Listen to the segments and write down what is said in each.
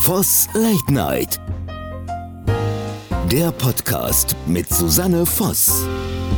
Voss Late Night. Der Podcast mit Susanne Voss.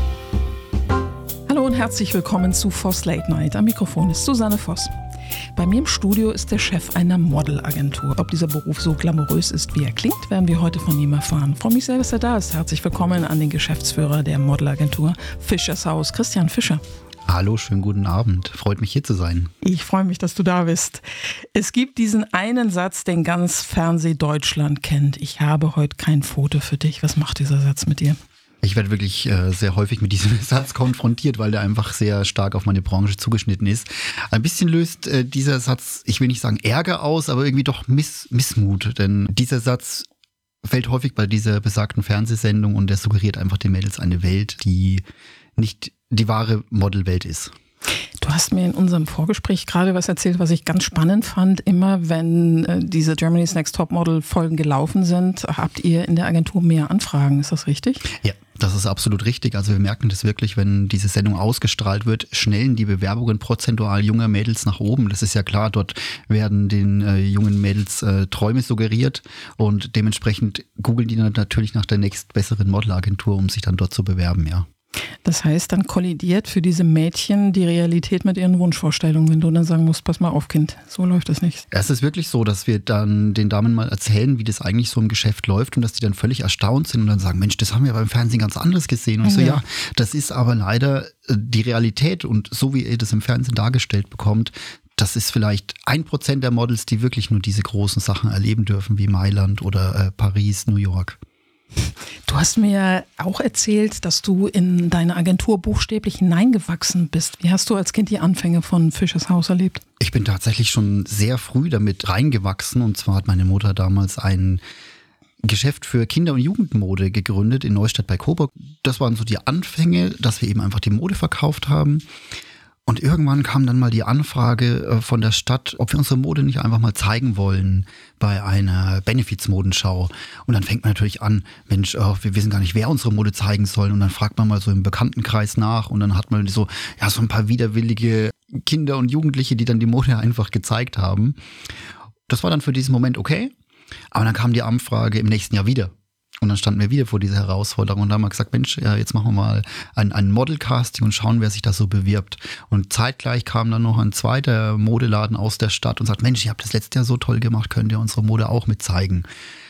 Hallo und herzlich willkommen zu Voss Late Night. Am Mikrofon ist Susanne Voss. Bei mir im Studio ist der Chef einer Modelagentur. Ob dieser Beruf so glamourös ist, wie er klingt, werden wir heute von ihm erfahren. Ich freue mich sehr, dass er da ist. Herzlich willkommen an den Geschäftsführer der Modelagentur Fischershaus, Christian Fischer. Hallo, schönen guten Abend. Freut mich, hier zu sein. Ich freue mich, dass du da bist. Es gibt diesen einen Satz, den ganz Fernsehdeutschland kennt. Ich habe heute kein Foto für dich. Was macht dieser Satz mit dir? Ich werde wirklich sehr häufig mit diesem Satz konfrontiert, weil der einfach sehr stark auf meine Branche zugeschnitten ist. Ein bisschen löst dieser Satz, ich will nicht sagen Ärger aus, aber irgendwie doch Missmut. Denn dieser Satz fällt häufig bei dieser besagten Fernsehsendung und der suggeriert einfach den Mädels eine Welt, die nicht die wahre Modelwelt ist. Du hast mir in unserem Vorgespräch gerade was erzählt, was ich ganz spannend fand. Immer wenn diese Germany's Next Topmodel Folgen gelaufen sind, habt ihr in der Agentur mehr Anfragen. Ist das richtig? Ja, das ist absolut richtig. Also wir merken das wirklich, wenn diese Sendung ausgestrahlt wird, schnellen die Bewerbungen prozentual junger Mädels nach oben. Das ist ja klar, dort werden den jungen Mädels Träume suggeriert und dementsprechend googeln die dann natürlich nach der nächstbesseren Modelagentur, um sich dann dort zu bewerben, ja. Das heißt, dann kollidiert für diese Mädchen die Realität mit ihren Wunschvorstellungen, wenn du dann sagen musst, pass mal auf, Kind, so läuft das nicht. Es ist wirklich so, dass wir dann den Damen mal erzählen, wie das eigentlich so im Geschäft läuft und dass die dann völlig erstaunt sind und dann sagen, Mensch, das haben wir beim Fernsehen ganz anders gesehen. Und ich so, ja, das ist aber leider die Realität und so wie ihr das im Fernsehen dargestellt bekommt, das ist vielleicht 1% der Models, die wirklich nur diese großen Sachen erleben dürfen, wie Mailand oder Paris, New York. Du hast mir auch erzählt, dass du in deine Agentur buchstäblich hineingewachsen bist. Wie hast du als Kind die Anfänge von Fischershaus erlebt? Ich bin tatsächlich schon sehr früh damit reingewachsen. Und zwar hat meine Mutter damals ein Geschäft für Kinder- und Jugendmode gegründet in Neustadt bei Coburg. Das waren so die Anfänge, dass wir eben einfach die Mode verkauft haben. Und irgendwann kam dann mal die Anfrage von der Stadt, ob wir unsere Mode nicht einfach mal zeigen wollen bei einer Benefizmodenschau. Und dann fängt man natürlich an, Mensch, wir wissen gar nicht, wer unsere Mode zeigen soll. Und dann fragt man mal so im Bekanntenkreis nach und dann hat man so ein paar widerwillige Kinder und Jugendliche, die dann die Mode einfach gezeigt haben. Das war dann für diesen Moment okay. Aber dann kam die Anfrage im nächsten Jahr wieder. Und dann standen wir wieder vor dieser Herausforderung und da haben wir gesagt, Mensch, ja, jetzt machen wir mal ein Model-Casting und schauen, wer sich da so bewirbt. Und zeitgleich kam dann noch ein zweiter Modeladen aus der Stadt und sagt, Mensch, ihr habt das letztes Jahr so toll gemacht, könnt ihr unsere Mode auch mit zeigen?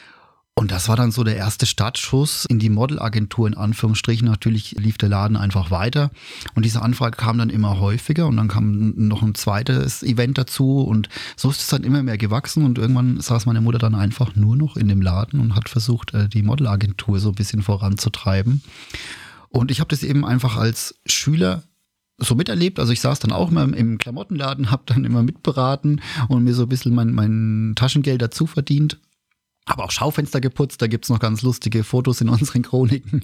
Und das war dann so der erste Startschuss in die Modelagentur in Anführungsstrichen. Natürlich lief der Laden einfach weiter und diese Anfrage kam dann immer häufiger und dann kam noch ein zweites Event dazu und so ist es dann immer mehr gewachsen und irgendwann saß meine Mutter dann einfach nur noch in dem Laden und hat versucht, die Modelagentur so ein bisschen voranzutreiben. Und ich habe das eben einfach als Schüler so miterlebt, also ich saß dann auch mal im Klamottenladen, habe dann immer mitberaten und mir so ein bisschen mein Taschengeld dazu verdient. Habe auch Schaufenster geputzt, da gibt's noch ganz lustige Fotos in unseren Chroniken.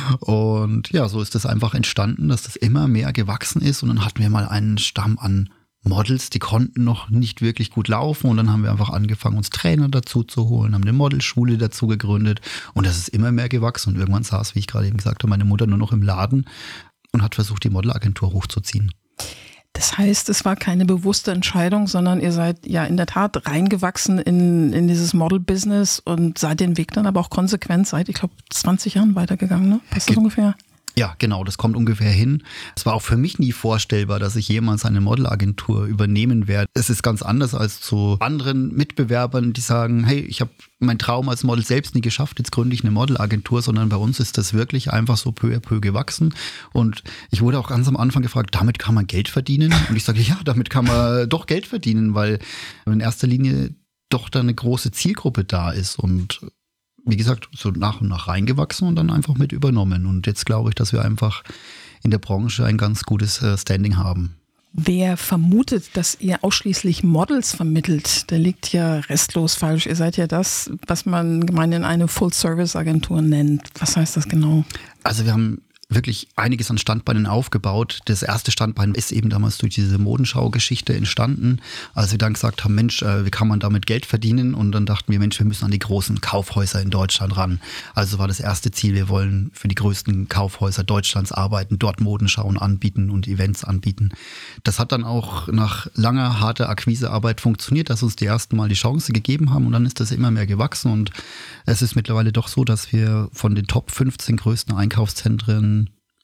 Und ja, so ist das einfach entstanden, dass das immer mehr gewachsen ist. Und dann hatten wir mal einen Stamm an Models, die konnten noch nicht wirklich gut laufen. Und dann haben wir einfach angefangen, uns Trainer dazu zu holen, haben eine Modelschule dazu gegründet. Und das ist immer mehr gewachsen. Und irgendwann saß, wie ich gerade eben gesagt habe, meine Mutter nur noch im Laden und hat versucht, die Modelagentur hochzuziehen. Das heißt, es war keine bewusste Entscheidung, sondern ihr seid ja in der Tat reingewachsen in dieses Model-Business und seid den Weg dann aber auch konsequent seit, ich glaube, 20 Jahren weitergegangen, ne? Passt das ungefähr? Ja, genau, das kommt ungefähr hin. Es war auch für mich nie vorstellbar, dass ich jemals eine Modelagentur übernehmen werde. Es ist ganz anders als zu anderen Mitbewerbern, die sagen, hey, ich habe meinen Traum als Model selbst nie geschafft, jetzt gründe ich eine Modelagentur, sondern bei uns ist das wirklich einfach so peu à peu gewachsen. Und ich wurde auch ganz am Anfang gefragt, damit kann man Geld verdienen? Und ich sage, ja, damit kann man doch Geld verdienen, weil in erster Linie doch da eine große Zielgruppe da ist und wie gesagt, so nach und nach reingewachsen und dann einfach mit übernommen. Und jetzt glaube ich, dass wir einfach in der Branche ein ganz gutes Standing haben. Wer vermutet, dass ihr ausschließlich Models vermittelt, der liegt ja restlos falsch. Ihr seid ja das, was man gemeinhin eine Full-Service-Agentur nennt. Was heißt das genau? Also wir haben wirklich einiges an Standbeinen aufgebaut. Das erste Standbein ist eben damals durch diese Modenschau-Geschichte entstanden, als wir dann gesagt haben, Mensch, wie kann man damit Geld verdienen? Und dann dachten wir, Mensch, wir müssen an die großen Kaufhäuser in Deutschland ran. Also war das erste Ziel, wir wollen für die größten Kaufhäuser Deutschlands arbeiten, dort Modenschauen anbieten und Events anbieten. Das hat dann auch nach langer, harter Akquisearbeit funktioniert, dass uns die ersten Mal die Chance gegeben haben und dann ist das immer mehr gewachsen und es ist mittlerweile doch so, dass wir von den Top 15 größten Einkaufszentren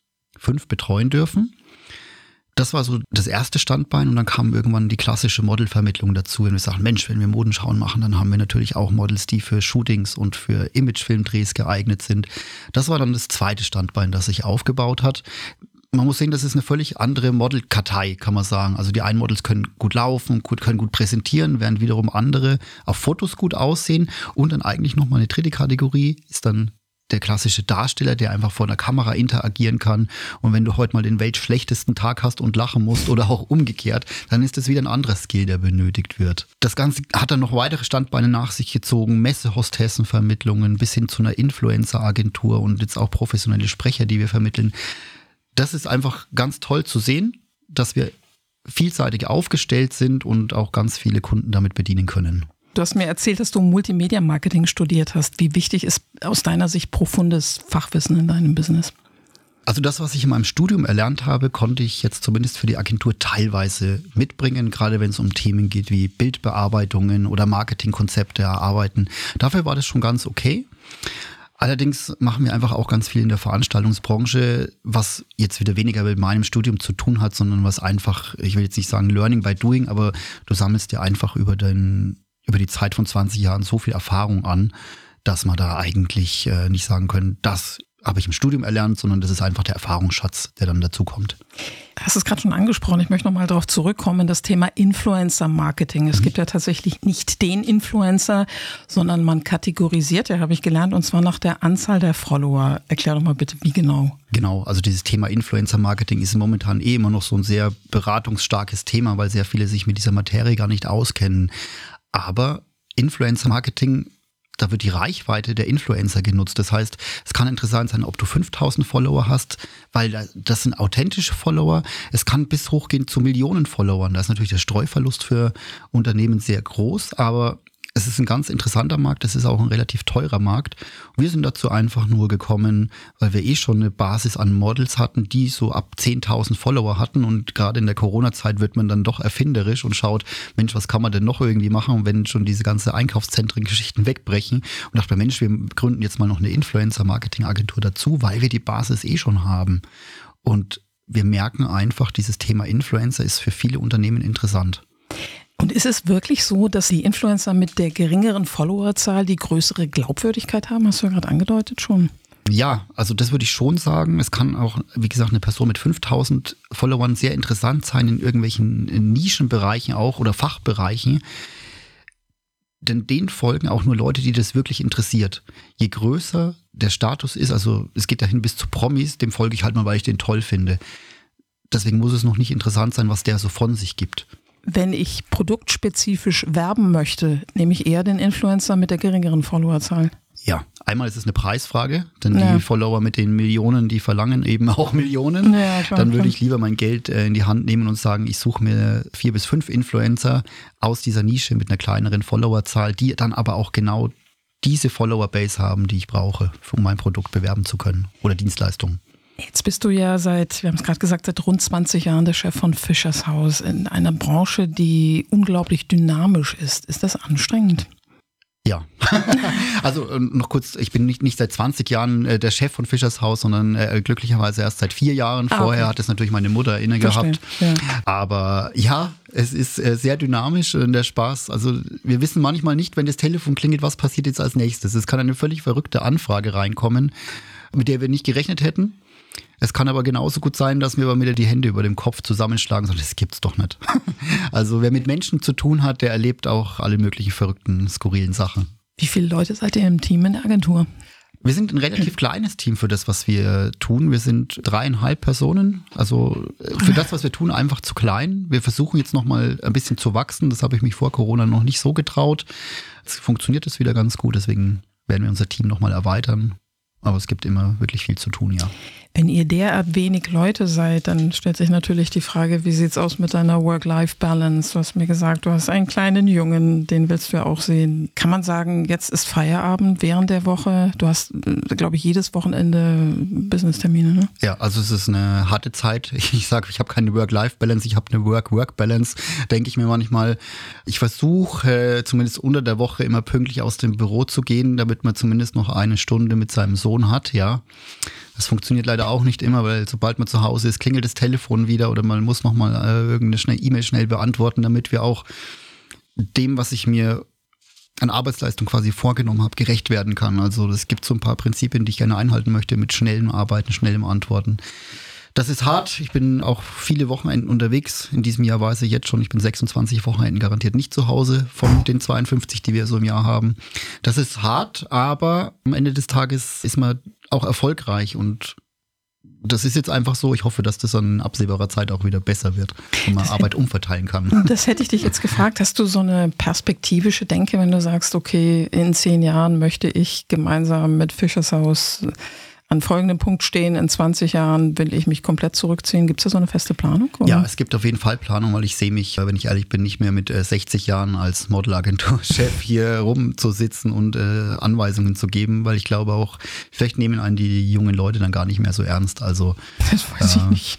5 betreuen dürfen. Das war so das erste Standbein und dann kam irgendwann die klassische Modelvermittlung dazu. Wenn wir sagen, Mensch, wenn wir Modenschauen machen, dann haben wir natürlich auch Models, die für Shootings und für Imagefilmdrehs geeignet sind. Das war dann das zweite Standbein, das sich aufgebaut hat. Man muss sehen, das ist eine völlig andere Modelkartei, kann man sagen. Also die einen Models können gut laufen, können gut präsentieren, während wiederum andere auf Fotos gut aussehen. Und dann eigentlich nochmal eine dritte Kategorie ist dann der klassische Darsteller, der einfach vor einer Kamera interagieren kann. Und wenn du heute mal den weltschlechtesten Tag hast und lachen musst oder auch umgekehrt, dann ist das wieder ein anderer Skill, der benötigt wird. Das Ganze hat dann noch weitere Standbeine nach sich gezogen, Messehostessenvermittlungen bis hin zu einer Influencer-Agentur und jetzt auch professionelle Sprecher, die wir vermitteln. Das ist einfach ganz toll zu sehen, dass wir vielseitig aufgestellt sind und auch ganz viele Kunden damit bedienen können. Du hast mir erzählt, dass du Multimedia-Marketing studiert hast. Wie wichtig ist aus deiner Sicht profundes Fachwissen in deinem Business? Also das, was ich in meinem Studium erlernt habe, konnte ich jetzt zumindest für die Agentur teilweise mitbringen, gerade wenn es um Themen geht wie Bildbearbeitungen oder Marketingkonzepte erarbeiten. Dafür war das schon ganz okay. Allerdings machen wir einfach auch ganz viel in der Veranstaltungsbranche, was jetzt wieder weniger mit meinem Studium zu tun hat, sondern was einfach, ich will jetzt nicht sagen Learning by Doing, aber du sammelst dir einfach über die Zeit von 20 Jahren so viel Erfahrung an, dass man da eigentlich nicht sagen können, das habe ich im Studium erlernt, sondern das ist einfach der Erfahrungsschatz, der dann dazu kommt. Du hast es gerade schon angesprochen, ich möchte nochmal darauf zurückkommen, das Thema Influencer-Marketing. Es gibt ja tatsächlich nicht den Influencer, sondern man kategorisiert, ja, habe ich gelernt, und zwar nach der Anzahl der Follower. Erklär doch mal bitte, wie genau. Genau, also dieses Thema Influencer-Marketing ist momentan immer noch so ein sehr beratungsstarkes Thema, weil sehr viele sich mit dieser Materie gar nicht auskennen. Aber Influencer-Marketing, da wird die Reichweite der Influencer genutzt. Das heißt, es kann interessant sein, ob du 5000 Follower hast, weil das sind authentische Follower. Es kann bis hochgehen zu Millionen Followern. Da ist natürlich der Streuverlust für Unternehmen sehr groß, aber es ist ein ganz interessanter Markt, es ist auch ein relativ teurer Markt. Wir sind dazu einfach nur gekommen, weil wir schon eine Basis an Models hatten, die so ab 10.000 Follower hatten und gerade in der Corona-Zeit wird man dann doch erfinderisch und schaut, Mensch, was kann man denn noch irgendwie machen, wenn schon diese ganze Einkaufszentren-Geschichten wegbrechen und dachte, Mensch, wir gründen jetzt mal noch eine Influencer-Marketing-Agentur dazu, weil wir die Basis schon haben. Und wir merken einfach, dieses Thema Influencer ist für viele Unternehmen interessant. Und ist es wirklich so, dass die Influencer mit der geringeren Followerzahl die größere Glaubwürdigkeit haben? Hast du ja gerade angedeutet schon. Ja, also das würde ich schon sagen. Es kann auch, wie gesagt, eine Person mit 5000 Followern sehr interessant sein in irgendwelchen Nischenbereichen auch oder Fachbereichen. Denn denen folgen auch nur Leute, die das wirklich interessiert. Je größer der Status ist, also es geht dahin bis zu Promis, dem folge ich halt mal, weil ich den toll finde. Deswegen muss es noch nicht interessant sein, was der so von sich gibt. Wenn ich produktspezifisch werben möchte, nehme ich eher den Influencer mit der geringeren Followerzahl. Ja, einmal ist es eine Preisfrage, denn die Follower mit den Millionen, die verlangen eben auch Millionen. Ja, klar, dann würde ich lieber mein Geld in die Hand nehmen und sagen, ich suche mir 4 bis 5 Influencer aus dieser Nische mit einer kleineren Followerzahl, die dann aber auch genau diese Follower-Base haben, die ich brauche, um mein Produkt bewerben zu können oder Dienstleistung. Jetzt bist du ja wir haben es gerade gesagt, seit rund 20 Jahren der Chef von Fischers Haus in einer Branche, die unglaublich dynamisch ist. Ist das anstrengend? Ja, also noch kurz, ich bin nicht seit 20 Jahren der Chef von Fischers Haus, sondern glücklicherweise erst seit 4 Jahren. Vorher hat es natürlich meine Mutter inne gehabt. Ja. Aber ja, es ist sehr dynamisch und der Spaß. Also wir wissen manchmal nicht, wenn das Telefon klingelt, was passiert jetzt als nächstes. Es kann eine völlig verrückte Anfrage reinkommen, mit der wir nicht gerechnet hätten. Es kann aber genauso gut sein, dass wir aber wieder die Hände über dem Kopf zusammenschlagen und sagen, das gibt's doch nicht. Also wer mit Menschen zu tun hat, der erlebt auch alle möglichen verrückten, skurrilen Sachen. Wie viele Leute seid ihr im Team in der Agentur? Wir sind ein relativ kleines Team für das, was wir tun. Wir sind 3,5 Personen. Also für das, was wir tun, einfach zu klein. Wir versuchen jetzt noch mal ein bisschen zu wachsen. Das habe ich mich vor Corona noch nicht so getraut. Jetzt funktioniert es wieder ganz gut. Deswegen werden wir unser Team noch mal erweitern. Aber es gibt immer wirklich viel zu tun, ja. Wenn ihr derart wenig Leute seid, dann stellt sich natürlich die Frage, wie sieht's aus mit deiner Work-Life-Balance? Du hast mir gesagt, du hast einen kleinen Jungen, den willst du ja auch sehen. Kann man sagen, jetzt ist Feierabend während der Woche? Du hast, glaube ich, jedes Wochenende Business-Termine, ne? Ja, also es ist eine harte Zeit. Ich sage, ich habe keine Work-Life-Balance, ich habe eine Work-Work-Balance, denke ich mir manchmal. Ich versuche zumindest unter der Woche immer pünktlich aus dem Büro zu gehen, damit man zumindest noch eine Stunde mit seinem Sohn hat, ja. Das funktioniert leider auch nicht immer, weil sobald man zu Hause ist, klingelt das Telefon wieder oder man muss nochmal irgendeine E-Mail schnell beantworten, damit wir auch dem, was ich mir an Arbeitsleistung quasi vorgenommen habe, gerecht werden kann. Also es gibt so ein paar Prinzipien, die ich gerne einhalten möchte mit schnellem Arbeiten, schnellem Antworten. Das ist hart. Ich bin auch viele Wochenenden unterwegs. In diesem Jahr weiß ich jetzt schon, ich bin 26 Wochenenden garantiert nicht zu Hause von den 52, die wir so im Jahr haben. Das ist hart, aber am Ende des Tages ist man auch erfolgreich und das ist jetzt einfach so. Ich hoffe, dass das in absehbarer Zeit auch wieder besser wird und man Arbeit umverteilen kann. Das hätte ich dich jetzt gefragt. Hast du so eine perspektivische Denke, wenn du sagst, okay, in 10 Jahren möchte ich gemeinsam mit Fischershaus an folgendem Punkt stehen, in 20 Jahren will ich mich komplett zurückziehen. Gibt es da so eine feste Planung? Oder? Ja, es gibt auf jeden Fall Planung, weil ich sehe mich, wenn ich ehrlich bin, nicht mehr mit 60 Jahren als Modelagenturchef hier rumzusitzen und Anweisungen zu geben, weil ich glaube auch, vielleicht nehmen einen die jungen Leute dann gar nicht mehr so ernst. Also das weiß ich nicht.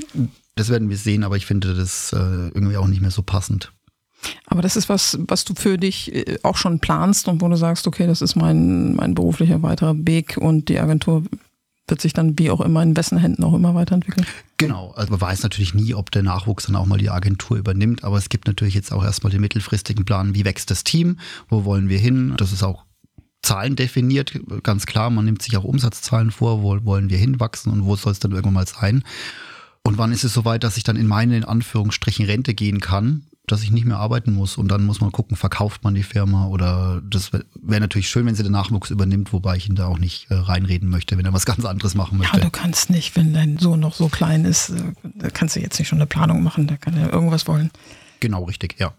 Das werden wir sehen, aber ich finde das irgendwie auch nicht mehr so passend. Aber das ist was du für dich auch schon planst und wo du sagst, okay, das ist mein beruflicher weiterer Weg und die Agentur wird sich dann wie auch immer in wessen Händen auch immer weiterentwickeln? Genau, also man weiß natürlich nie, ob der Nachwuchs dann auch mal die Agentur übernimmt, aber es gibt natürlich jetzt auch erstmal den mittelfristigen Plan, wie wächst das Team, wo wollen wir hin, das ist auch Zahlen definiert, ganz klar, man nimmt sich auch Umsatzzahlen vor, wo wollen wir hinwachsen und wo soll es dann irgendwann mal sein und wann ist es soweit, dass ich dann in meine, in Anführungsstrichen, Rente gehen kann, dass ich nicht mehr arbeiten muss und dann muss man gucken, verkauft man die Firma oder das wäre natürlich schön, wenn sie den Nachwuchs übernimmt, wobei ich ihn da auch nicht reinreden möchte, wenn er was ganz anderes machen möchte. Ja, du kannst nicht, wenn dein Sohn noch so klein ist, da kannst du jetzt nicht schon eine Planung machen, da kann er irgendwas wollen. Genau, richtig, ja.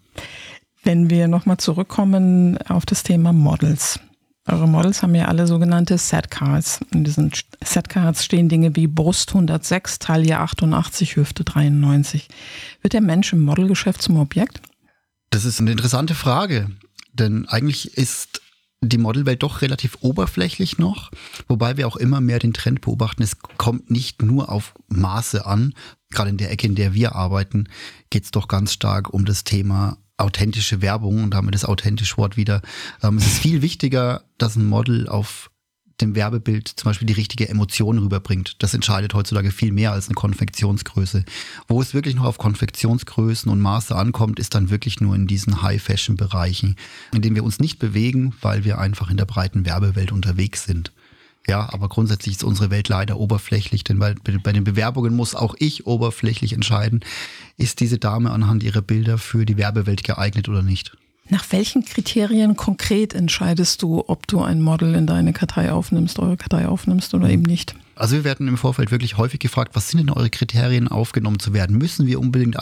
Wenn wir nochmal zurückkommen auf das Thema Models. Eure Models haben ja alle sogenannte Setcards. In diesen Setcards stehen Dinge wie Brust 106, Taille 88, Hüfte 93. Wird der Mensch im Modelgeschäft zum Objekt? Das ist eine interessante Frage, denn eigentlich ist die Modelwelt doch relativ oberflächlich noch, wobei wir auch immer mehr den Trend beobachten, es kommt nicht nur auf Maße an, gerade in der Ecke, in der wir arbeiten, geht es doch ganz stark um das Thema authentische Werbung und damit das authentische Wort wieder. Es ist viel wichtiger, dass ein Model auf dem Werbebild zum Beispiel die richtige Emotion rüberbringt. Das entscheidet heutzutage viel mehr als eine Konfektionsgröße. Wo es wirklich noch auf Konfektionsgrößen und Maße ankommt, ist dann wirklich nur in diesen High-Fashion-Bereichen, in denen wir uns nicht bewegen, weil wir einfach in der breiten Werbewelt unterwegs sind. Ja, aber grundsätzlich ist unsere Welt leider oberflächlich, denn bei den Bewerbungen muss auch ich oberflächlich entscheiden, ist diese Dame anhand ihrer Bilder für die Werbewelt geeignet oder nicht. Nach welchen Kriterien konkret entscheidest du, ob du ein Model in deine Kartei aufnimmst, eure Kartei aufnimmst oder eben nicht? Also wir werden im Vorfeld wirklich häufig gefragt, was sind denn eure Kriterien, aufgenommen zu werden? Müssen wir unbedingt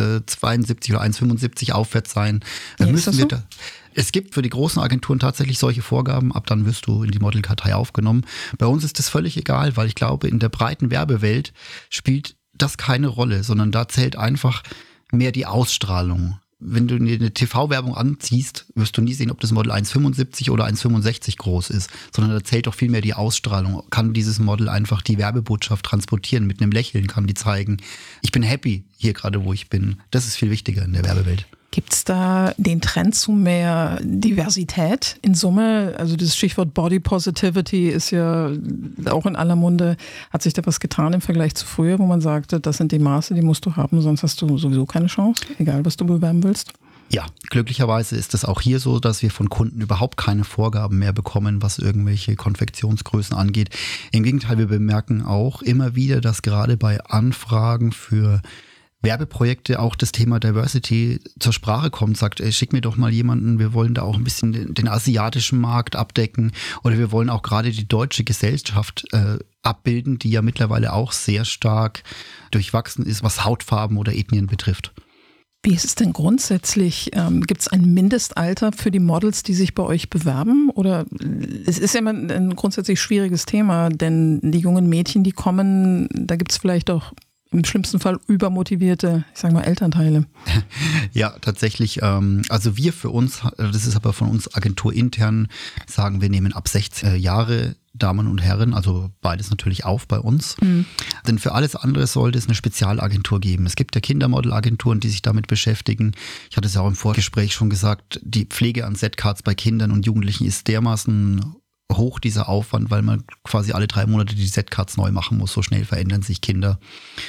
1,72 oder 1,75 aufwärts sein? Ja, ist das so? Es gibt für die großen Agenturen tatsächlich solche Vorgaben, ab dann wirst du in die Modelkartei aufgenommen. Bei uns ist das völlig egal, weil ich glaube, in der breiten Werbewelt spielt das keine Rolle, sondern da zählt einfach mehr die Ausstrahlung. Wenn du eine TV-Werbung anziehst, wirst du nie sehen, ob das Model 1,75 oder 1,65 groß ist, sondern da zählt doch viel mehr die Ausstrahlung. Kann dieses Model einfach die Werbebotschaft transportieren, mit einem Lächeln kann die zeigen, ich bin happy hier gerade, wo ich bin. Das ist viel wichtiger in der Werbewelt. Gibt es da den Trend zu mehr Diversität in Summe? Also das Stichwort Body Positivity ist ja auch in aller Munde. Hat sich da was getan im Vergleich zu früher, wo man sagte, das sind die Maße, die musst du haben, sonst hast du sowieso keine Chance, egal was du bewerben willst? Ja, glücklicherweise ist es auch hier so, dass wir von Kunden überhaupt keine Vorgaben mehr bekommen, was irgendwelche Konfektionsgrößen angeht. Im Gegenteil, wir bemerken auch immer wieder, dass gerade bei Anfragen für Werbeprojekte auch das Thema Diversity zur Sprache kommt, sagt, ey, schick mir doch mal jemanden, wir wollen da auch ein bisschen den asiatischen Markt abdecken oder wir wollen auch gerade die deutsche Gesellschaft abbilden, die ja mittlerweile auch sehr stark durchwachsen ist, was Hautfarben oder Ethnien betrifft. Wie ist es denn grundsätzlich? Gibt es ein Mindestalter für die Models, die sich bei euch bewerben? Oder es ist ja immer ein grundsätzlich schwieriges Thema, denn die jungen Mädchen, die kommen, da gibt es vielleicht auch im schlimmsten Fall übermotivierte, ich sage mal, Elternteile. Ja, tatsächlich. Also wir für uns, das ist aber von uns agenturintern, sagen wir nehmen ab 16 Jahre Damen und Herren, also beides natürlich auf bei uns. Denn für alles andere sollte es eine Spezialagentur geben. Es gibt ja Kindermodelagenturen, die sich damit beschäftigen. Ich hatte es ja auch im Vorgespräch schon gesagt, die Pflege an Setcards bei Kindern und Jugendlichen ist dermaßen hoch, dieser Aufwand, weil man quasi alle 3 Monate die Setcards neu machen muss. So schnell verändern sich Kinder.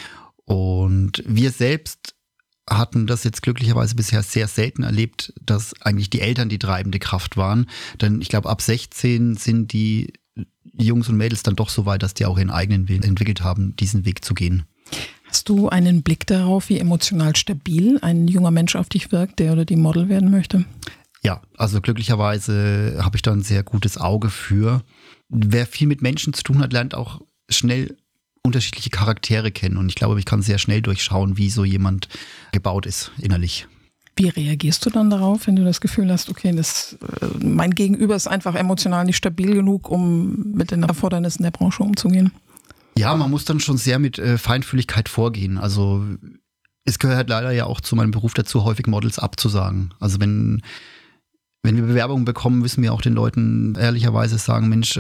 Und wir selbst hatten das jetzt glücklicherweise bisher sehr selten erlebt, dass eigentlich die Eltern die treibende Kraft waren. Denn ich glaube, ab 16 sind die Jungs und Mädels dann doch so weit, dass die auch ihren eigenen Willen entwickelt haben, diesen Weg zu gehen. Hast du einen Blick darauf, wie emotional stabil ein junger Mensch auf dich wirkt, der oder die Model werden möchte? Ja, also glücklicherweise habe ich da ein sehr gutes Auge für. Wer viel mit Menschen zu tun hat, lernt auch schnell unterschiedliche Charaktere kennen. Und ich glaube, ich kann sehr schnell durchschauen, wie so jemand gebaut ist innerlich. Wie reagierst du dann darauf, wenn du das Gefühl hast, okay, mein Gegenüber ist einfach emotional nicht stabil genug, um mit den Erfordernissen der Branche umzugehen? Ja, man muss dann schon sehr mit Feinfühligkeit vorgehen. Also es gehört leider ja auch zu meinem Beruf dazu, häufig Models abzusagen. Also wenn wir Bewerbungen bekommen, müssen wir auch den Leuten ehrlicherweise sagen, Mensch,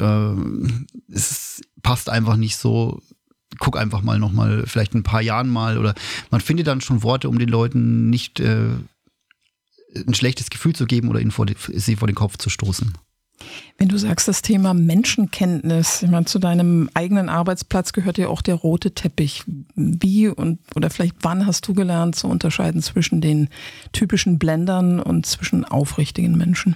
es passt einfach nicht so. Guck einfach mal nochmal, vielleicht in ein paar Jahren mal, oder man findet dann schon Worte, um den Leuten nicht ein schlechtes Gefühl zu geben oder sie vor den Kopf zu stoßen. Wenn du sagst, das Thema Menschenkenntnis, ich meine, zu deinem eigenen Arbeitsplatz gehört ja auch der rote Teppich. Wie oder vielleicht wann hast du gelernt zu unterscheiden zwischen den typischen Blendern und zwischen aufrichtigen Menschen?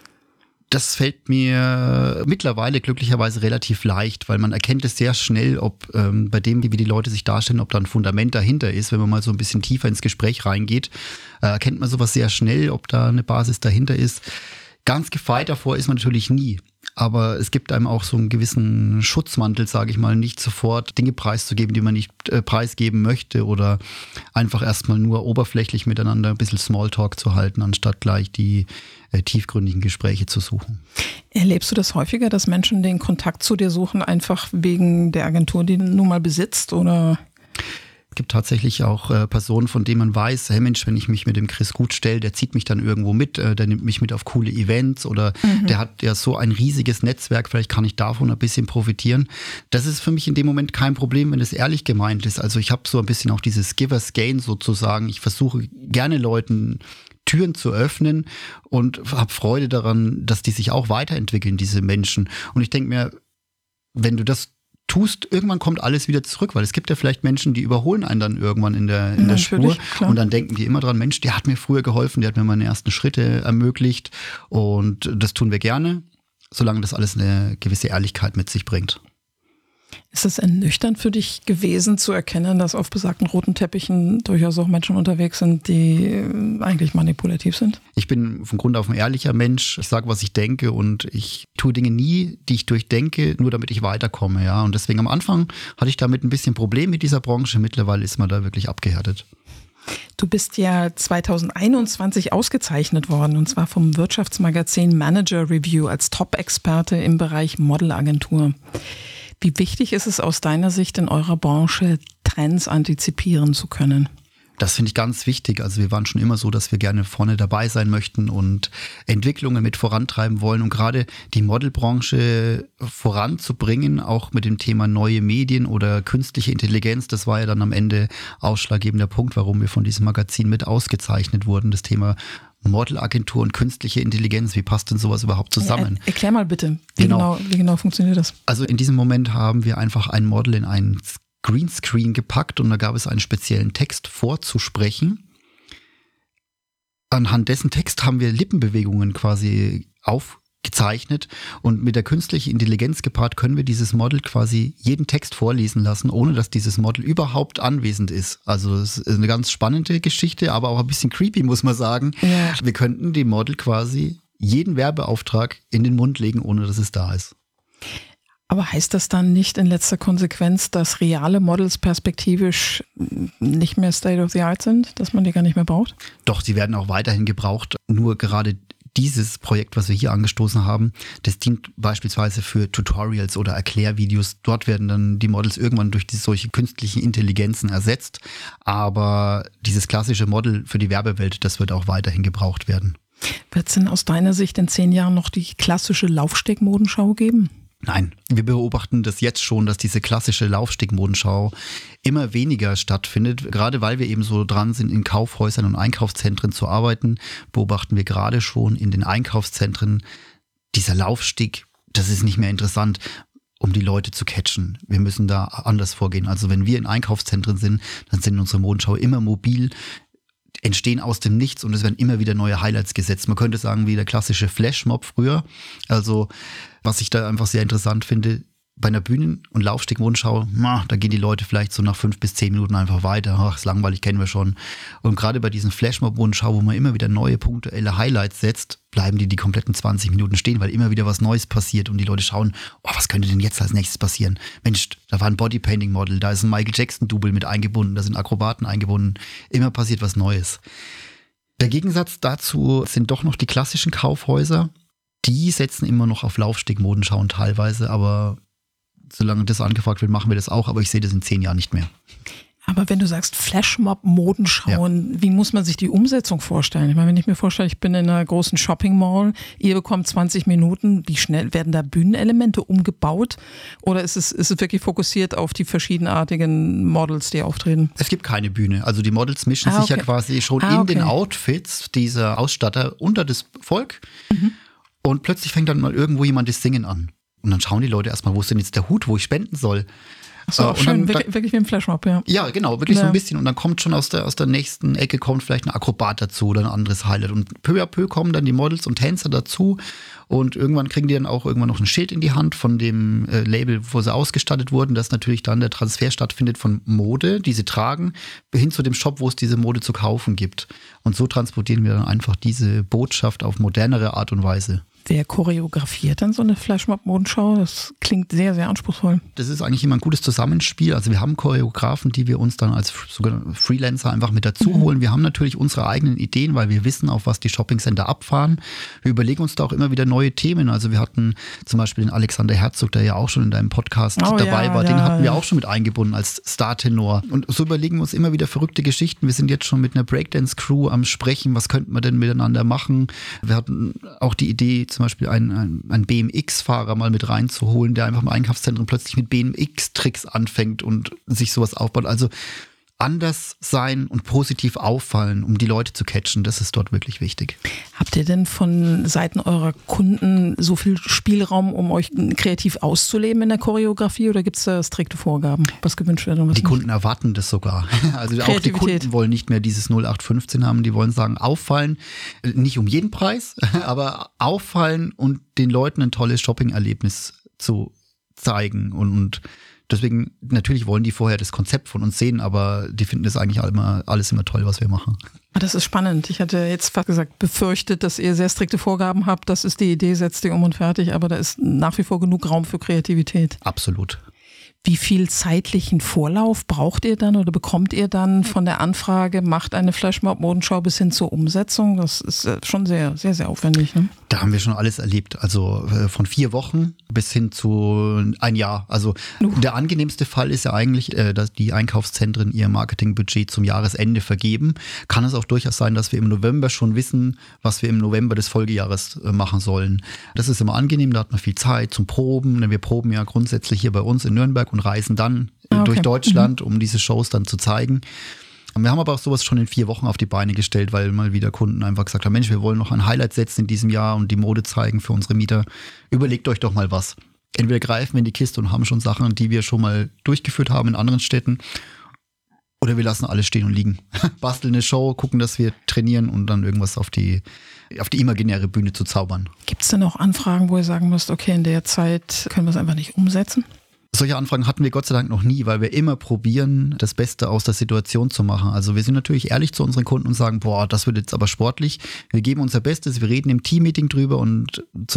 Das fällt mir mittlerweile glücklicherweise relativ leicht, weil man erkennt es sehr schnell, ob bei dem, wie die Leute sich darstellen, ob da ein Fundament dahinter ist. Wenn man mal so ein bisschen tiefer ins Gespräch reingeht, erkennt man sowas sehr schnell, ob da eine Basis dahinter ist. Ganz gefeit davor ist man natürlich nie. Aber es gibt einem auch so einen gewissen Schutzmantel, sage ich mal, nicht sofort Dinge preiszugeben, die man nicht preisgeben möchte, oder einfach erstmal nur oberflächlich miteinander ein bisschen Smalltalk zu halten, anstatt gleich die tiefgründigen Gespräche zu suchen. Erlebst du das häufiger, dass Menschen den Kontakt zu dir suchen, einfach wegen der Agentur, die du nun mal besitzt, oder? Es gibt tatsächlich auch Personen, von denen man weiß, hey Mensch, wenn ich mich mit dem Chris gut stelle, der zieht mich dann irgendwo mit, der nimmt mich mit auf coole Events, oder der hat ja so ein riesiges Netzwerk, vielleicht kann ich davon ein bisschen profitieren. Das ist für mich in dem Moment kein Problem, wenn es ehrlich gemeint ist. Also ich habe so ein bisschen auch dieses Givers Gain sozusagen. Ich versuche gerne Leuten Türen zu öffnen und habe Freude daran, dass die sich auch weiterentwickeln, diese Menschen. Und ich denke mir, wenn du das tust, irgendwann kommt alles wieder zurück, weil es gibt ja vielleicht Menschen, die überholen einen dann irgendwann in der Spur, klar. Und dann denken die immer dran, Mensch, der hat mir früher geholfen, der hat mir meine ersten Schritte ermöglicht, und das tun wir gerne, solange das alles eine gewisse Ehrlichkeit mit sich bringt. Ist es ernüchternd für dich gewesen zu erkennen, dass auf besagten roten Teppichen durchaus auch Menschen unterwegs sind, die eigentlich manipulativ sind? Ich bin von Grund auf ein ehrlicher Mensch. Ich sage, was ich denke, und ich tue Dinge nie, die ich durchdenke, nur damit ich weiterkomme. Ja? Und deswegen am Anfang hatte ich damit ein bisschen Problem mit dieser Branche. Mittlerweile ist man da wirklich abgehärtet. Du bist ja 2021 ausgezeichnet worden, und zwar vom Wirtschaftsmagazin Manager Review als Top-Experte im Bereich Modelagentur. Wie wichtig ist es aus deiner Sicht in eurer Branche, Trends antizipieren zu können? Das finde ich ganz wichtig. Also wir waren schon immer so, dass wir gerne vorne dabei sein möchten und Entwicklungen mit vorantreiben wollen. Und gerade die Modelbranche voranzubringen, auch mit dem Thema neue Medien oder künstliche Intelligenz, das war ja dann am Ende ausschlaggebender Punkt, warum wir von diesem Magazin mit ausgezeichnet wurden. Das Thema Modelagentur und künstliche Intelligenz, wie passt denn sowas überhaupt zusammen? Erklär mal bitte, wie genau funktioniert das? Also in diesem Moment haben wir einfach ein Model in einen Greenscreen gepackt, und da gab es einen speziellen Text vorzusprechen. Anhand dessen Text haben wir Lippenbewegungen quasi aufgezeichnet, und mit der künstlichen Intelligenz gepaart können wir dieses Model quasi jeden Text vorlesen lassen, ohne dass dieses Model überhaupt anwesend ist. Also es ist eine ganz spannende Geschichte, aber auch ein bisschen creepy, muss man sagen. Ja. Wir könnten dem Model quasi jeden Werbeauftrag in den Mund legen, ohne dass es da ist. Aber heißt das dann nicht in letzter Konsequenz, dass reale Models perspektivisch nicht mehr State of the Art sind, dass man die gar nicht mehr braucht? Doch, sie werden auch weiterhin gebraucht. Nur gerade dieses Projekt, was wir hier angestoßen haben, das dient beispielsweise für Tutorials oder Erklärvideos. Dort werden dann die Models irgendwann durch solche künstlichen Intelligenzen ersetzt. Aber dieses klassische Model für die Werbewelt, das wird auch weiterhin gebraucht werden. Wird es denn aus deiner Sicht in 10 Jahren noch die klassische Laufstegmodenschau geben? Nein, wir beobachten das jetzt schon, dass diese klassische Laufstegmodenschau immer weniger stattfindet. Gerade weil wir eben so dran sind, in Kaufhäusern und Einkaufszentren zu arbeiten, beobachten wir gerade schon in den Einkaufszentren, dieser Laufsteg, das ist nicht mehr interessant, um die Leute zu catchen. Wir müssen da anders vorgehen. Also wenn wir in Einkaufszentren sind, dann sind unsere Modenschau immer mobil, entstehen aus dem Nichts und es werden immer wieder neue Highlights gesetzt. Man könnte sagen, wie der klassische Flashmob früher. Also was ich da einfach sehr interessant finde, bei einer Bühnen- und Laufstegmodenschau, da gehen die Leute vielleicht so nach 5 bis 10 Minuten einfach weiter. Ach, ist langweilig, kennen wir schon. Und gerade bei diesen Flashmob-Modenschau, wo man immer wieder neue punktuelle Highlights setzt, bleiben die kompletten 20 Minuten stehen, weil immer wieder was Neues passiert und die Leute schauen, was könnte denn jetzt als nächstes passieren? Mensch, da war ein Bodypainting-Model, da ist ein Michael Jackson-Double mit eingebunden, da sind Akrobaten eingebunden. Immer passiert was Neues. Der Gegensatz dazu sind doch noch die klassischen Kaufhäuser. Die setzen immer noch auf Laufstegmodenschauen teilweise, aber solange das angefragt wird, machen wir das auch, aber ich sehe das in 10 Jahren nicht mehr. Aber wenn du sagst Flashmob-Modenschauen, Wie muss man sich die Umsetzung vorstellen? Ich meine, wenn ich mir vorstelle, ich bin in einer großen Shopping-Mall, ihr bekommt 20 Minuten, wie schnell werden da Bühnenelemente umgebaut? Oder ist es wirklich fokussiert auf die verschiedenartigen Models, die auftreten? Es gibt keine Bühne. Also die Models mischen sich ja quasi schon in den Outfits dieser Ausstatter unter das Volk und plötzlich fängt dann mal irgendwo jemand das Singen an. Und dann schauen die Leute erstmal, wo ist denn jetzt der Hut, wo ich spenden soll? So, schön, wirklich wie ein Flashmob, ja. Ja, genau, wirklich so ein bisschen. Und dann kommt schon aus der nächsten Ecke kommt vielleicht ein Akrobat dazu oder ein anderes Highlight. Und peu à peu kommen dann die Models und Tänzer dazu. Und irgendwann kriegen die dann auch irgendwann noch ein Schild in die Hand von dem Label, wo sie ausgestattet wurden, dass natürlich dann der Transfer stattfindet von Mode, die sie tragen, hin zu dem Shop, wo es diese Mode zu kaufen gibt. Und so transportieren wir dann einfach diese Botschaft auf modernere Art und Weise. Wer choreografiert dann so eine Flashmob-Modenschau? Das klingt sehr, sehr anspruchsvoll. Das ist eigentlich immer ein gutes Zusammenspiel. Also wir haben Choreografen, die wir uns dann als sogar Freelancer einfach mit dazu holen. Wir haben natürlich unsere eigenen Ideen, weil wir wissen, auf was die Shoppingcenter abfahren. Wir überlegen uns da auch immer wieder neue Themen. Also wir hatten zum Beispiel den Alexander Herzog, der ja auch schon in deinem Podcast dabei war. Den hatten wir auch schon mit eingebunden als Startenor. Und so überlegen wir uns immer wieder verrückte Geschichten. Wir sind jetzt schon mit einer Breakdance-Crew am Sprechen. Was könnten wir denn miteinander machen? Wir hatten auch die Idee, zum Beispiel einen BMX-Fahrer mal mit reinzuholen, der einfach im Einkaufszentrum plötzlich mit BMX-Tricks anfängt und sich sowas aufbaut. Also anders sein und positiv auffallen, um die Leute zu catchen, das ist dort wirklich wichtig. Habt ihr denn von Seiten eurer Kunden so viel Spielraum, um euch kreativ auszuleben in der Choreografie, oder gibt es da strikte Vorgaben, was gewünscht wird und was Die Kunden erwarten das sogar. Also auch die Kunden wollen nicht mehr dieses 0815 haben, die wollen sagen, auffallen, nicht um jeden Preis, aber auffallen und den Leuten ein tolles Shopping-Erlebnis zu zeigen und deswegen, natürlich wollen die vorher das Konzept von uns sehen, aber die finden das eigentlich alles immer toll, was wir machen. Das ist spannend. Ich hatte jetzt fast gesagt, befürchtet, dass ihr sehr strikte Vorgaben habt. Das ist die Idee, setzt die um und fertig. Aber da ist nach wie vor genug Raum für Kreativität. Absolut. Wie viel zeitlichen Vorlauf braucht ihr dann oder bekommt ihr dann von der Anfrage, macht eine Flashmob-Modenschau bis hin zur Umsetzung? Das ist schon sehr, sehr, sehr aufwendig. Ne? Da haben wir schon alles erlebt. Also von 4 Wochen bis hin zu 1 Jahr. Also der angenehmste Fall ist ja eigentlich, dass die Einkaufszentren ihr Marketingbudget zum Jahresende vergeben. Kann es auch durchaus sein, dass wir im November schon wissen, was wir im November des Folgejahres machen sollen. Das ist immer angenehm, da hat man viel Zeit zum Proben. Denn wir proben ja grundsätzlich hier bei uns in Nürnberg und reisen dann durch Deutschland, um diese Shows dann zu zeigen. Wir haben aber auch sowas schon in 4 Wochen auf die Beine gestellt, weil mal wieder Kunden einfach gesagt haben, Mensch, wir wollen noch ein Highlight setzen in diesem Jahr und die Mode zeigen für unsere Mieter. Überlegt euch doch mal was. Entweder greifen wir in die Kiste und haben schon Sachen, die wir schon mal durchgeführt haben in anderen Städten, oder wir lassen alles stehen und liegen. Basteln eine Show, gucken, dass wir trainieren und dann irgendwas auf die imaginäre Bühne zu zaubern. Gibt es denn auch Anfragen, wo ihr sagen müsst, okay, in der Zeit können wir es einfach nicht umsetzen? Solche Anfragen hatten wir Gott sei Dank noch nie, weil wir immer probieren, das Beste aus der Situation zu machen. Also wir sind natürlich ehrlich zu unseren Kunden und sagen, boah, das wird jetzt aber sportlich. Wir geben unser Bestes, wir reden im Teammeeting drüber und zu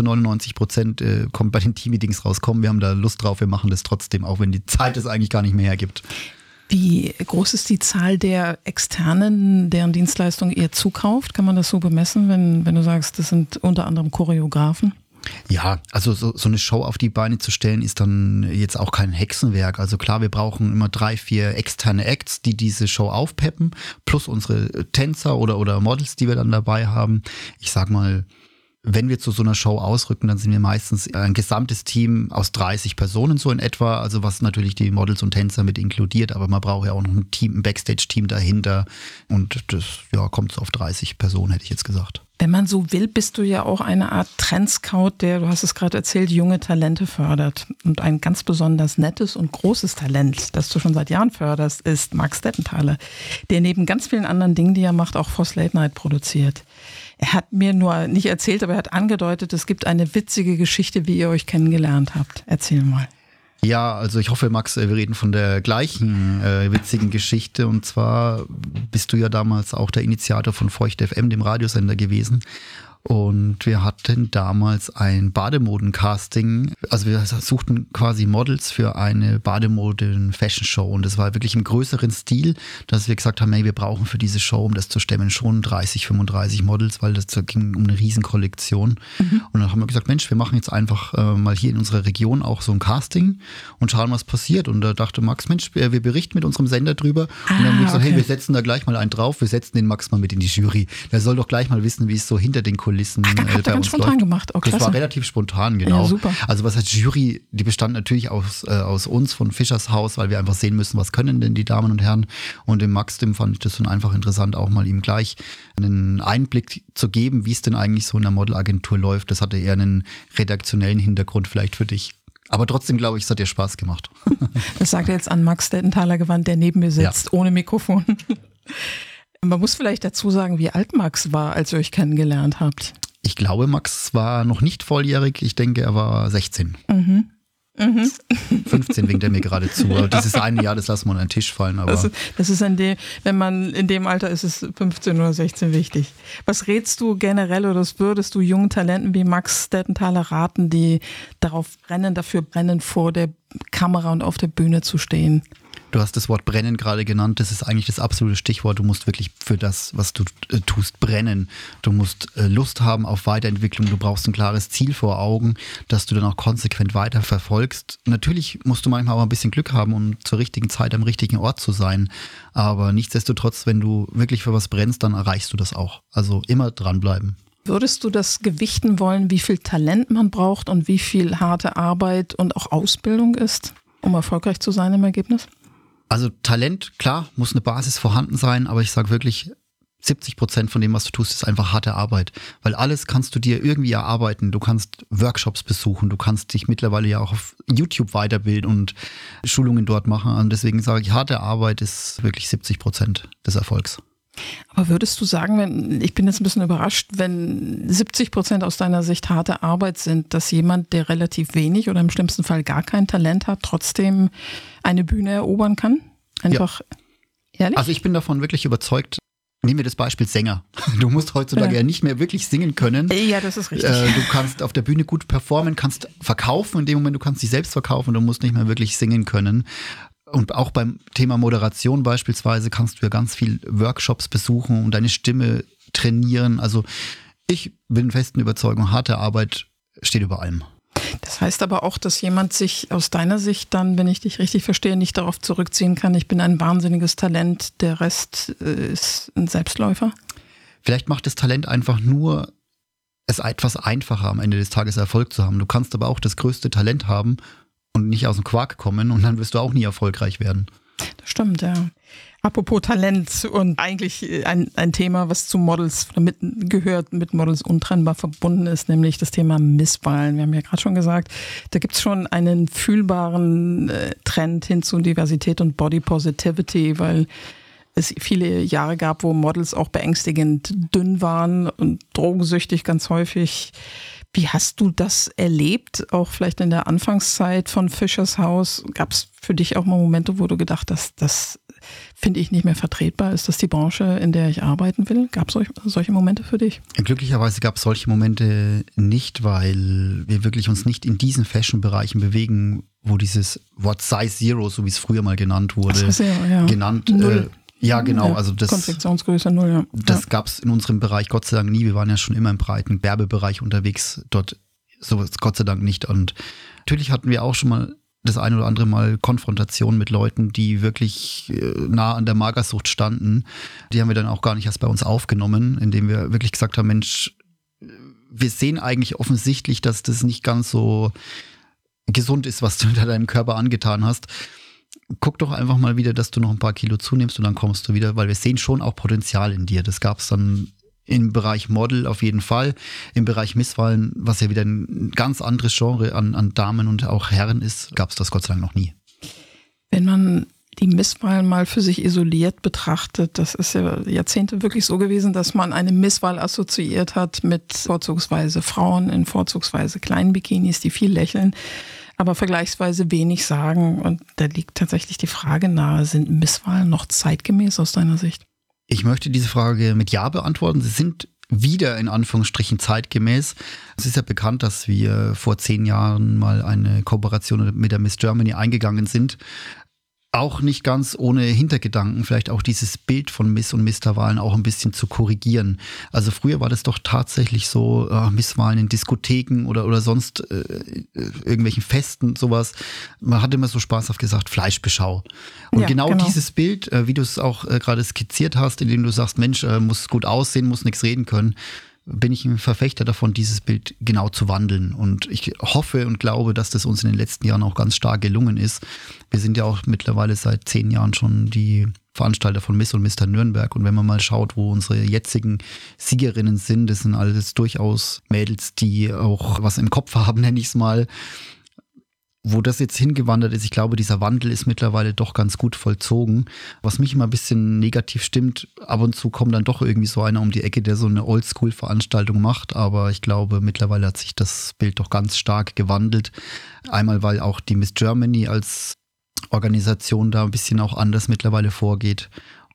99% kommt bei den Teammeetings raus, komm, wir haben da Lust drauf, wir machen das trotzdem, auch wenn die Zeit es eigentlich gar nicht mehr hergibt. Wie groß ist die Zahl der Externen, deren Dienstleistung ihr zukauft? Kann man das so bemessen, wenn du sagst, das sind unter anderem Choreografen? Ja, also so eine Show auf die Beine zu stellen, ist dann jetzt auch kein Hexenwerk. Also klar, wir brauchen immer 3, 4 externe Acts, die diese Show aufpeppen, plus unsere Tänzer oder Models, die wir dann dabei haben. Ich sag mal, wenn wir zu so einer Show ausrücken, dann sind wir meistens ein gesamtes Team aus 30 Personen so in etwa, also was natürlich die Models und Tänzer mit inkludiert, aber man braucht ja auch noch ein Backstage-Team dahinter und das kommt so auf 30 Personen, hätte ich jetzt gesagt. Wenn man so will, bist du ja auch eine Art Trendscout, der, du hast es gerade erzählt, junge Talente fördert. Und ein ganz besonders nettes und großes Talent, das du schon seit Jahren förderst, ist Max Stettenthaler, der neben ganz vielen anderen Dingen, die er macht, auch Voss Late Night produziert. Er hat mir nur nicht erzählt, aber er hat angedeutet, es gibt eine witzige Geschichte, wie ihr euch kennengelernt habt. Erzähl mal. Ja, also ich hoffe, Max, wir reden von der gleichen witzigen Geschichte. Und zwar bist du ja damals auch der Initiator von Feucht FM, dem Radiosender gewesen. Und wir hatten damals ein Bademoden-Casting. Also wir suchten quasi Models für eine Bademoden-Fashion-Show. Und das war wirklich im größeren Stil, dass wir gesagt haben, hey, wir brauchen für diese Show, um das zu stemmen, schon 30, 35 Models, weil das ging um eine Riesenkollektion. Und dann haben wir gesagt, Mensch, wir machen jetzt einfach mal hier in unserer Region auch so ein Casting und schauen, was passiert. Und da dachte Max, Mensch, wir berichten mit unserem Sender drüber. Und dann haben wir gesagt, hey, wir setzen da gleich mal einen drauf, wir setzen den Max mal mit in die Jury. Der soll doch gleich mal wissen, wie es so hinter den Kulissen habt ihr ganz spontan gemacht. Oh, das war relativ spontan, genau. Ja, super. Also was heißt Jury, die bestand natürlich aus uns von Fischers Haus, weil wir einfach sehen müssen, was können denn die Damen und Herren. Und dem Max, dem fand ich das dann einfach interessant, auch mal ihm gleich einen Einblick zu geben, wie es denn eigentlich so in der Modelagentur läuft. Das hatte eher einen redaktionellen Hintergrund vielleicht für dich. Aber trotzdem, glaube ich, es hat dir Spaß gemacht. Das sagt er jetzt an Max Stettenthaler gewandt, der neben mir sitzt, ohne Mikrofon. Man muss vielleicht dazu sagen, wie alt Max war, als ihr euch kennengelernt habt. Ich glaube, Max war noch nicht volljährig. Ich denke, er war 16. 15 winkt er mir gerade zu. Aber dieses eine Jahr, das lassen wir unter den Tisch fallen. Aber das ist wenn man in dem Alter ist, ist 15 oder 16 wichtig. Was rätst du generell oder was würdest du jungen Talenten wie Max Stettenthaler raten, die dafür brennen, vor der Kamera und auf der Bühne zu stehen? Du hast das Wort brennen gerade genannt, das ist eigentlich das absolute Stichwort. Du musst wirklich für das, was du tust, brennen. Du musst Lust haben auf Weiterentwicklung, du brauchst ein klares Ziel vor Augen, das du dann auch konsequent weiter verfolgst. Natürlich musst du manchmal auch ein bisschen Glück haben, um zur richtigen Zeit am richtigen Ort zu sein. Aber nichtsdestotrotz, wenn du wirklich für was brennst, dann erreichst du das auch. Also immer dranbleiben. Würdest du das gewichten wollen, wie viel Talent man braucht und wie viel harte Arbeit und auch Ausbildung ist, um erfolgreich zu sein im Ergebnis? Also Talent, klar, muss eine Basis vorhanden sein, aber ich sage wirklich, 70% von dem, was du tust, ist einfach harte Arbeit. Weil alles kannst du dir irgendwie erarbeiten. Du kannst Workshops besuchen, du kannst dich mittlerweile ja auch auf YouTube weiterbilden und Schulungen dort machen. Und deswegen sage ich, harte Arbeit ist wirklich 70% des Erfolgs. Aber würdest du sagen, ich bin jetzt ein bisschen überrascht, wenn 70% aus deiner Sicht harte Arbeit sind, dass jemand, der relativ wenig oder im schlimmsten Fall gar kein Talent hat, trotzdem eine Bühne erobern kann? Einfach ehrlich? Also ich bin davon wirklich überzeugt. Nehmen wir das Beispiel Sänger. Du musst heutzutage ja nicht mehr wirklich singen können. Ja, das ist richtig. Du kannst auf der Bühne gut performen, kannst verkaufen in dem Moment, du kannst dich selbst verkaufen, du musst nicht mehr wirklich singen können. Und auch beim Thema Moderation beispielsweise kannst du ja ganz viel Workshops besuchen und deine Stimme trainieren. Also ich bin festen Überzeugung, harte Arbeit steht über allem. Das heißt aber auch, dass jemand sich aus deiner Sicht dann, wenn ich dich richtig verstehe, nicht darauf zurückziehen kann, ich bin ein wahnsinniges Talent, der Rest ist ein Selbstläufer? Vielleicht macht das Talent einfach nur es etwas einfacher, am Ende des Tages Erfolg zu haben. Du kannst aber auch das größte Talent haben und nicht aus dem Quark kommen und dann wirst du auch nie erfolgreich werden. Das stimmt, ja. Apropos Talent und eigentlich ein Thema, was zu Models gehört, mit Models untrennbar verbunden ist, nämlich das Thema Misswahlen. Wir haben ja gerade schon gesagt, da gibt es schon einen fühlbaren Trend hin zu Diversität und Body Positivity, weil es viele Jahre gab, wo Models auch beängstigend dünn waren und drogensüchtig ganz häufig. Wie hast du das erlebt, auch vielleicht in der Anfangszeit von Fischers Haus? Gab es für dich auch mal Momente, wo du gedacht hast, das finde ich nicht mehr vertretbar? Ist das die Branche, in der ich arbeiten will? Gab es solche Momente für dich? Glücklicherweise gab es solche Momente nicht, weil wir wirklich uns nicht in diesen Fashion-Bereichen bewegen, wo dieses Wort Size Zero, so wie es früher mal genannt wurde, genannt. Ja, genau. Also das, Konfektionsgröße 0, ja. Das gab es in unserem Bereich Gott sei Dank nie. Wir waren ja schon immer im breiten Werbebereich unterwegs. Dort sowas Gott sei Dank nicht. Und natürlich hatten wir auch schon mal das ein oder andere Mal Konfrontation mit Leuten, die wirklich nah an der Magersucht standen. Die haben wir dann auch gar nicht erst bei uns aufgenommen, indem wir wirklich gesagt haben, Mensch, wir sehen eigentlich offensichtlich, dass das nicht ganz so gesund ist, was du hinter deinem Körper angetan hast. Guck doch einfach mal wieder, dass du noch ein paar Kilo zunimmst und dann kommst du wieder, weil wir sehen schon auch Potenzial in dir. Das gab es dann im Bereich Model auf jeden Fall, im Bereich Misswahlen, was ja wieder ein ganz anderes Genre an Damen und auch Herren ist, gab es das Gott sei Dank noch nie. Wenn man die Misswahlen mal für sich isoliert betrachtet, das ist ja Jahrzehnte wirklich so gewesen, dass man eine Misswahl assoziiert hat mit vorzugsweise Frauen in vorzugsweise kleinen Bikinis, die viel lächeln, aber vergleichsweise wenig sagen. Und da liegt tatsächlich die Frage nahe, sind Misswahlen noch zeitgemäß aus deiner Sicht? Ich möchte diese Frage mit Ja beantworten. Sie sind wieder in Anführungsstrichen zeitgemäß. Es ist ja bekannt, dass wir vor 10 Jahren mal eine Kooperation mit der Miss Germany eingegangen sind. Auch nicht ganz ohne Hintergedanken, vielleicht auch dieses Bild von Miss und Mr-Wahlen auch ein bisschen zu korrigieren. Also früher war das doch tatsächlich so, Misswahlen in Diskotheken oder sonst irgendwelchen Festen, sowas. Man hat immer so spaßhaft gesagt, Fleischbeschau. Und ja, genau dieses Bild, wie du es auch gerade skizziert hast, indem du sagst, Mensch, muss gut aussehen, muss nichts reden können, bin ich ein Verfechter davon, dieses Bild genau zu wandeln. Und ich hoffe und glaube, dass das uns in den letzten Jahren auch ganz stark gelungen ist. Wir sind ja auch mittlerweile seit 10 Jahren schon die Veranstalter von Miss und Mr. Nürnberg. Und wenn man mal schaut, wo unsere jetzigen Siegerinnen sind, das sind alles durchaus Mädels, die auch was im Kopf haben, nenne ich es mal. Wo das jetzt hingewandert ist, ich glaube, dieser Wandel ist mittlerweile doch ganz gut vollzogen. Was mich immer ein bisschen negativ stimmt, ab und zu kommt dann doch irgendwie so einer um die Ecke, der so eine Oldschool-Veranstaltung macht. Aber ich glaube, mittlerweile hat sich das Bild doch ganz stark gewandelt. Einmal, weil auch die Miss Germany als Organisation da ein bisschen auch anders mittlerweile vorgeht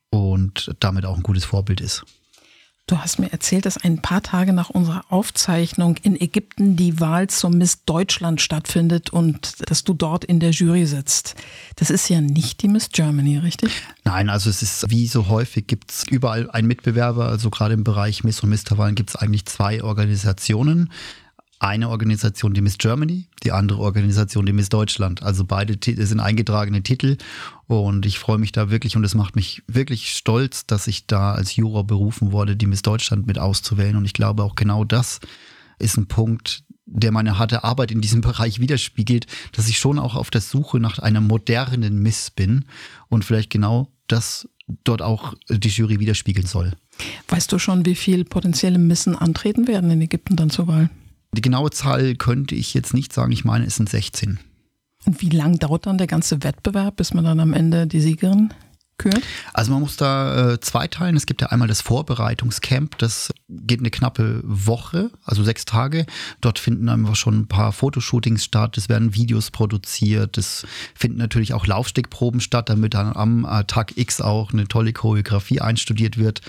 und damit auch ein gutes Vorbild ist. Du hast mir erzählt, dass ein paar Tage nach unserer Aufzeichnung in Ägypten die Wahl zur Miss Deutschland stattfindet und dass du dort in der Jury sitzt. Das ist ja nicht die Miss Germany, richtig? Nein, also es ist wie so häufig, gibt es überall einen Mitbewerber. Also gerade im Bereich Miss und Mr-Wahlen gibt es eigentlich 2 Organisationen. Eine Organisation, die Miss Germany, die andere Organisation, die Miss Deutschland. Also beide sind eingetragene Titel und ich freue mich da wirklich und es macht mich wirklich stolz, dass ich da als Juror berufen wurde, die Miss Deutschland mit auszuwählen. Und ich glaube auch genau das ist ein Punkt, der meine harte Arbeit in diesem Bereich widerspiegelt, dass ich schon auch auf der Suche nach einer modernen Miss bin und vielleicht genau das dort auch die Jury widerspiegeln soll. Weißt du schon, wie viele potenzielle Missen antreten werden in Ägypten dann zur Wahl? Die genaue Zahl könnte ich jetzt nicht sagen, ich meine, es sind 16. Und wie lang dauert dann der ganze Wettbewerb, bis man dann am Ende die Siegerin kürt? Also man muss da zweiteilen. Es gibt ja einmal das Vorbereitungscamp, das geht eine knappe Woche, also 6 Tage. Dort finden einfach schon ein paar Fotoshootings statt, es werden Videos produziert, es finden natürlich auch Laufstegproben statt, damit dann am Tag X auch eine tolle Choreografie einstudiert wird.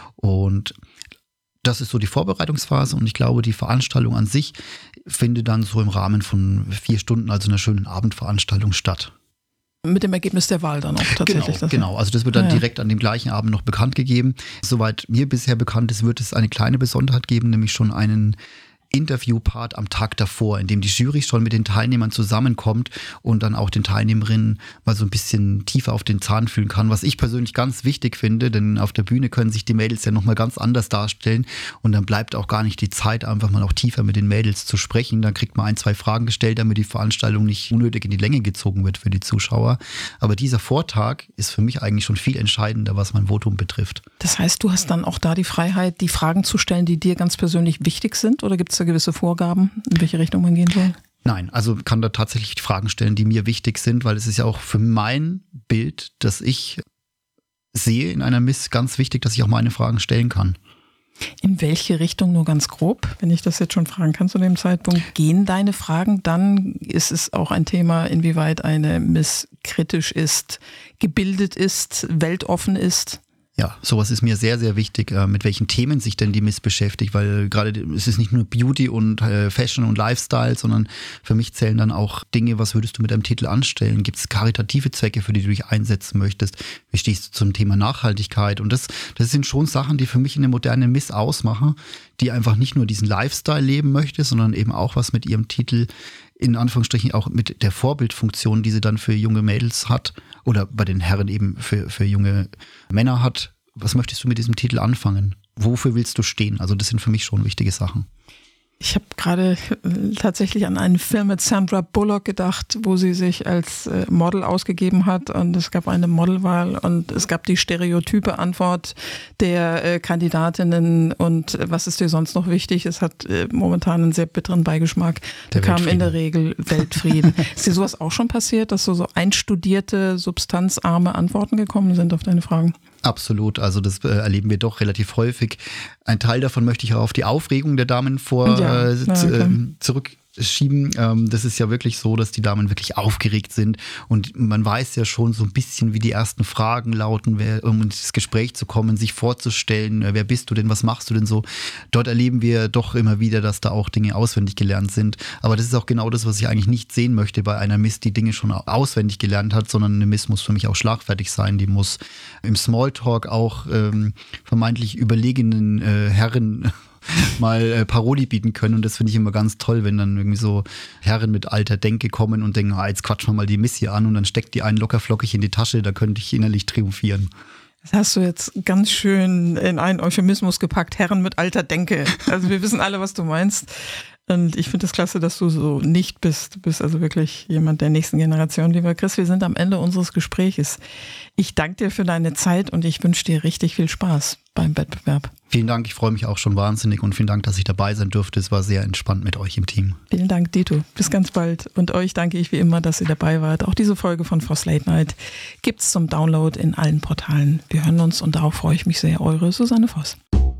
Und das ist so die Vorbereitungsphase und ich glaube, die Veranstaltung an sich findet dann so im Rahmen von 4 Stunden, also einer schönen Abendveranstaltung statt. Mit dem Ergebnis der Wahl dann auch tatsächlich. Genau. Also das wird dann direkt an dem gleichen Abend noch bekannt gegeben. Soweit mir bisher bekannt ist, wird es eine kleine Besonderheit geben, nämlich schon einen Interviewpart am Tag davor, in dem die Jury schon mit den Teilnehmern zusammenkommt und dann auch den Teilnehmerinnen mal so ein bisschen tiefer auf den Zahn fühlen kann, was ich persönlich ganz wichtig finde, denn auf der Bühne können sich die Mädels ja nochmal ganz anders darstellen und dann bleibt auch gar nicht die Zeit, einfach mal auch tiefer mit den Mädels zu sprechen. Dann kriegt man 1, 2 Fragen gestellt, damit die Veranstaltung nicht unnötig in die Länge gezogen wird für die Zuschauer. Aber dieser Vortag ist für mich eigentlich schon viel entscheidender, was mein Votum betrifft. Das heißt, du hast dann auch da die Freiheit, die Fragen zu stellen, die dir ganz persönlich wichtig sind, oder gibt es da gewisse Vorgaben, in welche Richtung man gehen soll? Nein, also kann da tatsächlich Fragen stellen, die mir wichtig sind, weil es ist ja auch für mein Bild, das ich sehe in einer Miss, ganz wichtig, dass ich auch meine Fragen stellen kann. In welche Richtung, nur ganz grob, wenn ich das jetzt schon fragen kann zu dem Zeitpunkt, gehen deine Fragen? Dann ist es auch ein Thema, inwieweit eine Miss kritisch ist, gebildet ist, weltoffen ist. Ja, sowas ist mir sehr, sehr wichtig, mit welchen Themen sich denn die Miss beschäftigt, weil gerade es ist nicht nur Beauty und Fashion und Lifestyle, sondern für mich zählen dann auch Dinge, was würdest du mit deinem Titel anstellen? Gibt es karitative Zwecke, für die du dich einsetzen möchtest? Wie stehst du zum Thema Nachhaltigkeit? Und das sind schon Sachen, die für mich eine moderne Miss ausmachen, die einfach nicht nur diesen Lifestyle leben möchte, sondern eben auch was mit ihrem Titel in Anführungsstrichen auch mit der Vorbildfunktion, die sie dann für junge Mädels hat oder bei den Herren eben für junge Männer hat. Was möchtest du mit diesem Titel anfangen? Wofür willst du stehen? Also das sind für mich schon wichtige Sachen. Ich habe gerade tatsächlich an einen Film mit Sandra Bullock gedacht, wo sie sich als Model ausgegeben hat und es gab eine Modelwahl und es gab die stereotype Antwort der Kandidatinnen und was ist dir sonst noch wichtig? Es hat momentan einen sehr bitteren Beigeschmack. Da kam in der Regel Weltfrieden. Ist dir sowas auch schon passiert, dass so einstudierte, substanzarme Antworten gekommen sind auf deine Fragen? Absolut, also das erleben wir doch relativ häufig. Ein Teil davon möchte ich auch auf die Aufregung der Damen zurückschieben. Das ist ja wirklich so, dass die Damen wirklich aufgeregt sind und man weiß ja schon so ein bisschen, wie die ersten Fragen lauten, um ins Gespräch zu kommen, sich vorzustellen, wer bist du denn, was machst du denn so. Dort erleben wir doch immer wieder, dass da auch Dinge auswendig gelernt sind, aber das ist auch genau das, was ich eigentlich nicht sehen möchte bei einer Miss, die Dinge schon auswendig gelernt hat, sondern eine Miss muss für mich auch schlagfertig sein, die muss im Smalltalk auch vermeintlich überlegenen Herren mal Paroli bieten können und das finde ich immer ganz toll, wenn dann irgendwie so Herren mit alter Denke kommen und denken, jetzt quatschen wir mal die Miss hier an und dann steckt die einen lockerflockig in die Tasche, da könnte ich innerlich triumphieren. Das hast du jetzt ganz schön in einen Euphemismus gepackt, Herren mit alter Denke. Also wir wissen alle, was du meinst. Und ich finde es klasse, dass du so nicht bist. Du bist also wirklich jemand der nächsten Generation. Lieber Chris, wir sind am Ende unseres Gespräches. Ich danke dir für deine Zeit und ich wünsche dir richtig viel Spaß beim Wettbewerb. Vielen Dank, ich freue mich auch schon wahnsinnig und vielen Dank, dass ich dabei sein durfte. Es war sehr entspannt mit euch im Team. Vielen Dank, Dito. Bis ganz bald. Und euch danke ich wie immer, dass ihr dabei wart. Auch diese Folge von Voss Late Night gibt's zum Download in allen Portalen. Wir hören uns und darauf freue ich mich sehr. Eure Susanne Voss.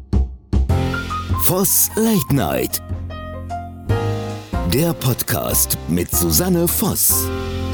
Voss Late Night. Der Podcast mit Susanne Voss.